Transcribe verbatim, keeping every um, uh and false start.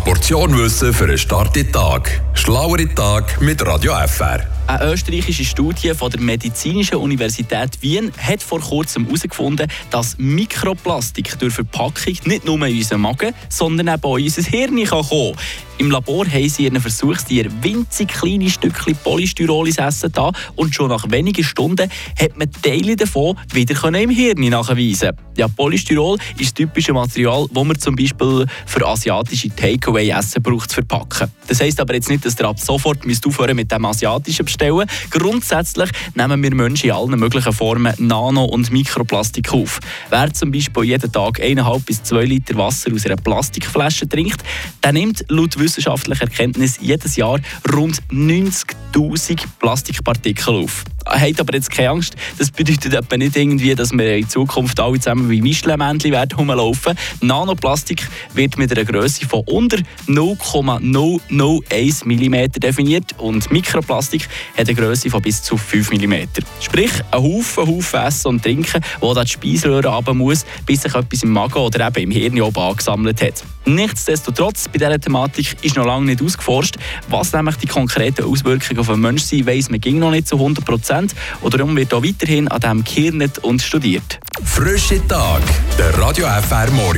Eine Portion Wissen für einen starken Tag. Schlauere Tag mit Radio F R. Eine österreichische Studie von der Medizinischen Universität Wien hat vor kurzem herausgefunden, dass Mikroplastik durch Verpackung nicht nur in unseren Magen, sondern auch in unser Hirn kommen kann. Im Labor haben sie ihren Versuchstieren winzig kleine Stückchen Polystyrol ins Essen getan und schon nach wenigen Stunden hat man Teile davon wieder im Hirn nachweisen. Ja, Polystyrol ist das typische Material, das man zum Beispiel für asiatische Takeaway-Essen braucht zu verpacken. Das heisst aber jetzt nicht, dass ihr ab sofort müsst aufhören mit dem asiatischen bestellen. Grundsätzlich nehmen wir Menschen in allen möglichen Formen Nano- und Mikroplastik auf. Wer zum Beispiel jeden Tag eineinhalb bis zwei Liter Wasser aus einer Plastikflasche trinkt, der nimmt laut wissenschaftlicher Erkenntnis jedes Jahr rund neunzigtausend Plastikpartikel auf. Habt aber jetzt keine Angst, das bedeutet etwa nicht irgendwie, dass wir in Zukunft alle zusammen wie Michelin-Männchen werden rumlaufen. Nanoplastik wird mit einer Grösse von unter null Komma null null eins Millimeter definiert und Mikroplastik hat eine Grösse von bis zu fünf Millimeter. Sprich, ein Haufen, Haufen Essen und Trinken, wo dann die Speiseröhre runter muss, bis sich etwas im Magen oder eben im Hirn oben angesammelt hat. Nichtsdestotrotz, bei dieser Thematik ist noch lange nicht ausgeforscht. Was nämlich die konkreten Auswirkungen auf den Menschen sind, weiss man ging noch nicht zu hundert Prozent. Und darum wird auch weiterhin an diesem gelernt und studiert. Frische Tag, der Radio F R Morgen.